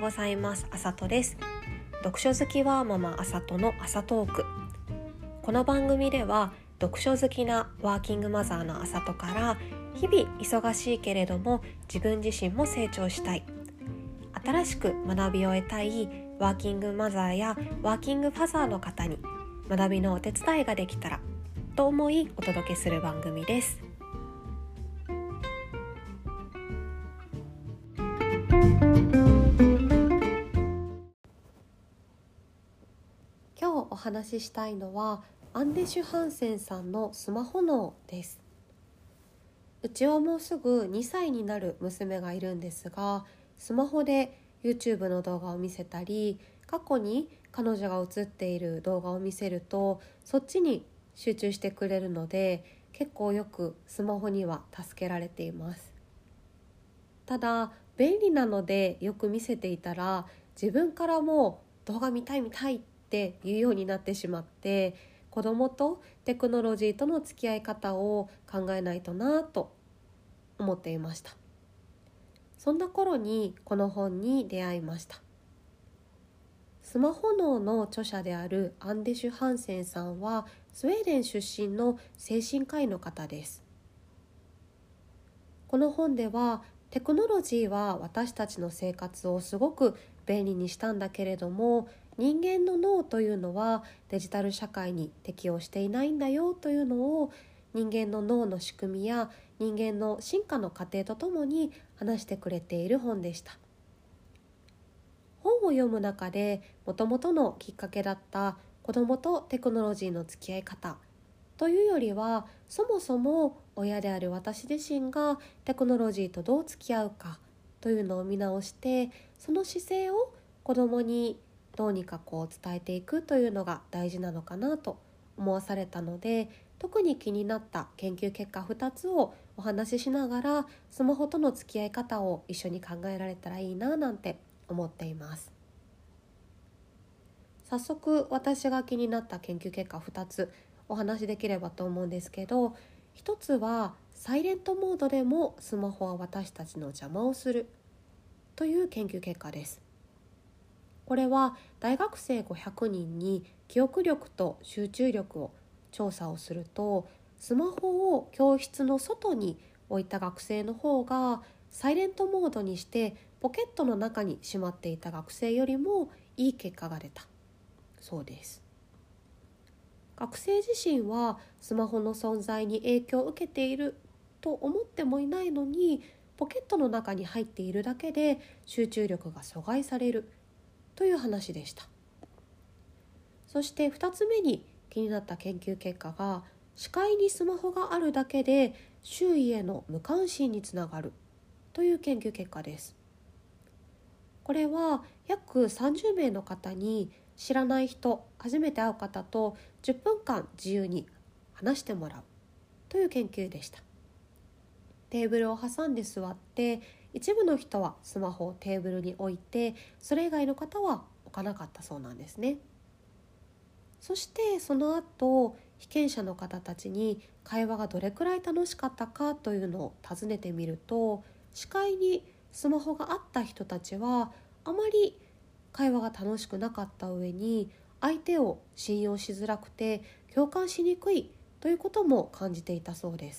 ございます。あさとです。読書好きはママあさとの朝トーク。この番組では読書好きなワーキングマザーのあさとから日々忙しいけれども自分自身も成長したい、新しく学びを得たいワーキングマザーやワーキングファザーの方に学びのお手伝いができたらと思いお届けする番組です。今日お話ししたいのはアンデシュ・ハンセンさんのスマホ脳です。うちはもうすぐ2歳になる娘がいるんですが、スマホで YouTube の動画を見せたり、過去に彼女が映っている動画を見せるとそっちに集中してくれるので、結構よくスマホには助けられています。ただ便利なのでよく見せていたら、自分からも動画見たいっていうようになってしまって、子供とテクノロジーとの付き合い方を考えないとなと思っていました。そんな頃にこの本に出会いました。スマホ脳の著者であるアンデシュ・ハンセンさんはスウェーデン出身の精神科医の方です。この本ではテクノロジーは私たちの生活をすごく便利にしたんだけれども、人間の脳というのはデジタル社会に適応していないんだよというのを、人間の脳の仕組みや人間の進化の過程とともに話してくれている本でした。本を読む中でもともとのきっかけだった子どもとテクノロジーの付き合い方というよりは、そもそも親である私自身がテクノロジーとどう付き合うかというのを見直して、その姿勢を子どもにどうにか伝えていくというのが大事なのかなと思わされたので、特に気になった研究結果2つをお話ししながら、スマホとの付き合い方を一緒に考えられたらいいななんて思っています。早速私が気になった研究結果2つお話しできればと思うんですけど、1つはサイレントモードでもスマホは私たちの邪魔をするという研究結果です。これは大学生500人に記憶力と集中力を調査をすると、スマホを教室の外に置いた学生の方がサイレントモードにしてポケットの中にしまっていた学生よりもいい結果が出たそうです。学生自身はスマホの存在に影響を受けていると思ってもいないのに、ポケットの中に入っているだけで集中力が阻害されるという話でした。そして2つ目に気になった研究結果が、視界にスマホがあるだけで周囲への無関心につながるという研究結果です。これは約30名の方に知らない人、初めて会う方と10分間自由に話してもらうという研究でした。テーブルを挟んで座って、一部の人はスマホをテーブルに置いて、それ以外の方は置かなかったそうなんですね。そしてその後、被験者の方たちに会話がどれくらい楽しかったかというのを尋ねてみると、視界にスマホがあった人たちはあまり会話が楽しくなかった上に、相手を信用しづらくて共感しにくいということも感じていたそうです。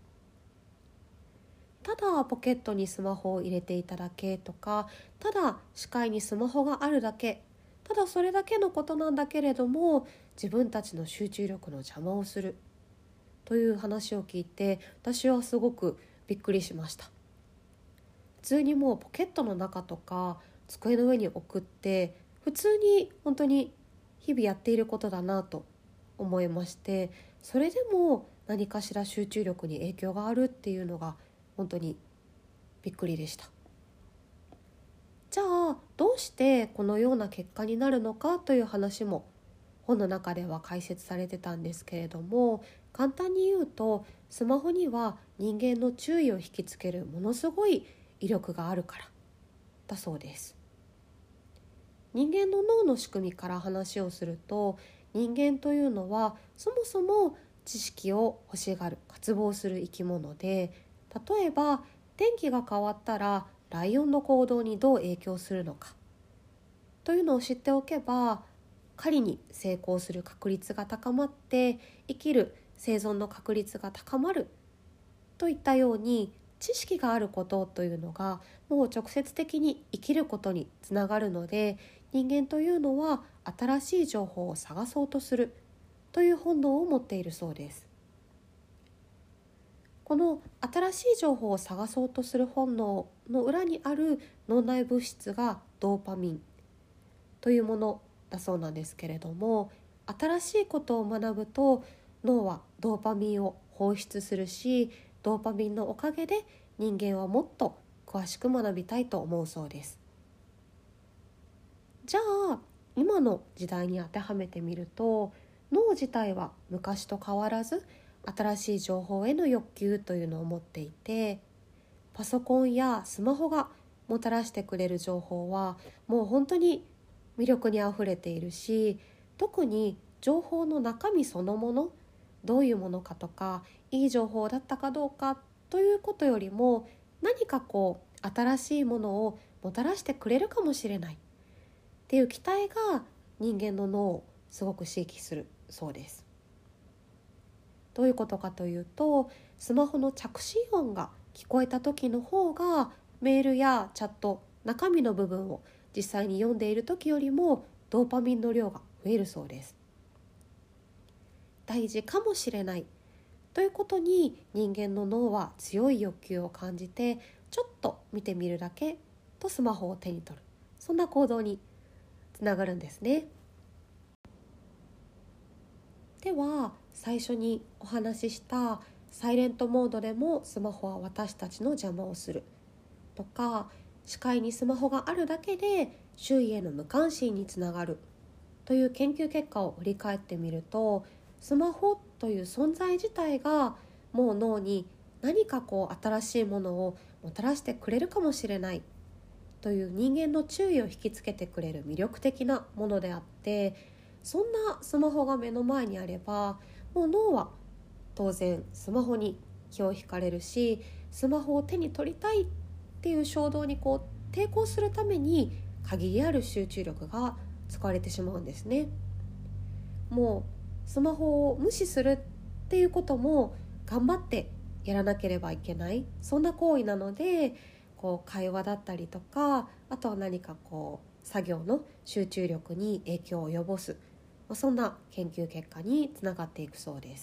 ただポケットにスマホを入れていただけとか、ただ視界にスマホがあるだけ、ただそれだけのことなんだけれども、自分たちの集中力の邪魔をするという話を聞いて、私はすごくびっくりしました。普通にもうポケットの中とか机の上に置くって普通に本当に日々やっていることだなと思いまして、それでも何かしら集中力に影響があるっていうのが本当にびっくりでした。じゃあどうしてこのような結果になるのかという話も本の中では解説されてたんですけれども、簡単に言うと、スマホには人間の注意を引きつけるものすごい威力があるからだそうです。人間の脳の仕組みから話をすると、人間というのはそもそも知識を欲しがる、渇望する生き物で、例えば天気が変わったらライオンの行動にどう影響するのかというのを知っておけば、狩りに成功する確率が高まって生きる生存の確率が高まるといったように、知識があることというのがもう直接的に生きることにつながるので、人間というのは新しい情報を探そうとするという本能を持っているそうです。この新しい情報を探そうとする本能の裏にある脳内物質がドーパミンというものだそうなんですけれども、新しいことを学ぶと脳はドーパミンを放出するし、ドーパミンのおかげで人間はもっと詳しく学びたいと思うそうです。じゃあ今の時代に当てはめてみると、脳自体は昔と変わらず新しい情報への欲求というのを持っていて、パソコンやスマホがもたらしてくれる情報はもう本当に魅力にあふれているし、特に情報の中身そのもの、どういうものかとか、いい情報だったかどうかということよりも、何か新しいものをもたらしてくれるかもしれないっていう期待が人間の脳をすごく刺激するそうです。どういうことかというと、スマホの着信音が聞こえた時の方がメールやチャット、中身の部分を実際に読んでいる時よりもドーパミンの量が増えるそうです。大事かもしれないということに、人間の脳は強い欲求を感じて、ちょっと見てみるだけとスマホを手に取る、そんな行動につながるんですね。では最初にお話ししたサイレントモードでもスマホは私たちの邪魔をするとか、視界にスマホがあるだけで周囲への無関心につながるという研究結果を振り返ってみると、スマホという存在自体がもう脳に何か新しいものをもたらしてくれるかもしれないという人間の注意を引きつけてくれる魅力的なものであって、そんなスマホが目の前にあれば、もう脳は当然スマホに気を引かれるし、スマホを手に取りたいっていう衝動に抵抗するために限りある集中力が使われてしまうんですね。もうスマホを無視するっていうことも頑張ってやらなければいけない、そんな行為なので、会話だったりとか、あとは何か作業の集中力に影響を及ぼす、そんな研究結果につながっていくそうです。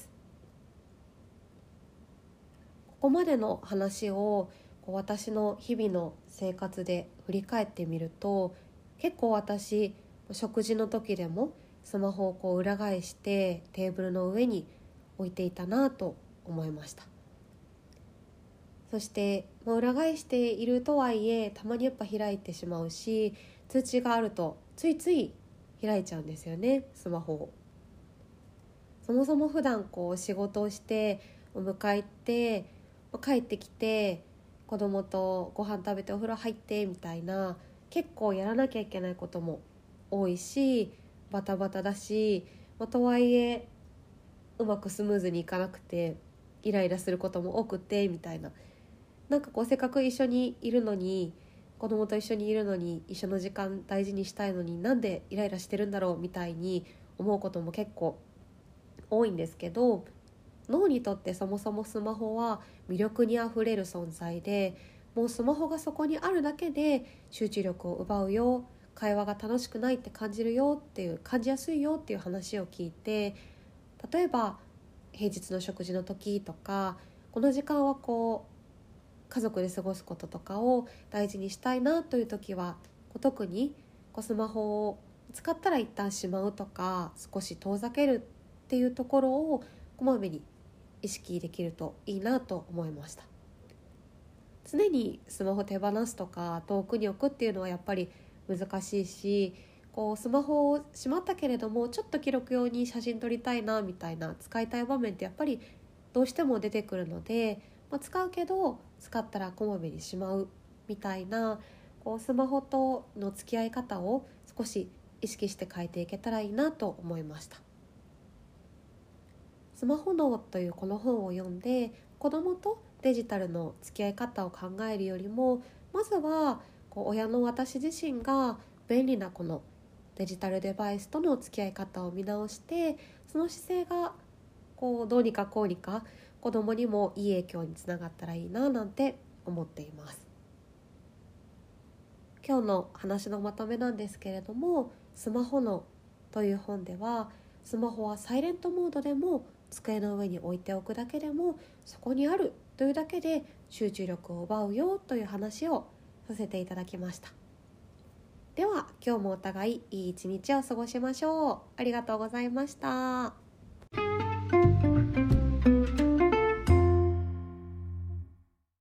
ここまでの話を私の日々の生活で振り返ってみると、結構私食事の時でもスマホを裏返してテーブルの上に置いていたなと思いました。そして、裏返しているとはいえ、たまにやっぱ開いてしまうし、通知があるとついつい開いちゃうんですよね、スマホを。そもそも普段仕事をして迎えて帰ってきて、子供とご飯食べてお風呂入ってみたいな、結構やらなきゃいけないことも多いし、バタバタだし、とはいえうまくスムーズにいかなくてイライラすることも多くてみたいな、せっかく一緒にいるのに、子供と一緒にいるのに、一緒の時間大事にしたいのになんでイライラしてるんだろうみたいに思うことも結構多いんですけど、脳にとってそもそもスマホは魅力にあふれる存在で、もうスマホがそこにあるだけで集中力を奪うよ、会話が楽しくないって感じるよっていう、感じやすいよっていう話を聞いて、例えば平日の食事の時とか、この時間は家族で過ごすこととかを大事にしたいなという時は、特にスマホを使ったら一旦しまうとか、少し遠ざけるっていうところをこまめに意識できるといいなと思いました。常にスマホ手放すとか遠くに置くっていうのはやっぱり難しいし、スマホをしまったけれどもちょっと記録用に写真撮りたいなみたいな、使いたい場面ってやっぱりどうしても出てくるので、使うけど使ったらこまめにしまうみたいな、スマホとの付き合い方を少し意識して変えていけたらいいなと思いました。スマホ脳というこの本を読んで、子供とデジタルの付き合い方を考えるよりも、 まずは親の私自身が便利なこのデジタルデバイスとの付き合い方を見直して、その姿勢がどうにかこうにか子供にもいい影響につながったらいいななんて思っています。今日の話のまとめなんですけれども、スマホ脳という本では、スマホはサイレントモードでも机の上に置いておくだけでもそこにあるというだけで集中力を奪うよという話をさせていただきました。では今日もお互いいい一日を過ごしましょう。ありがとうございました。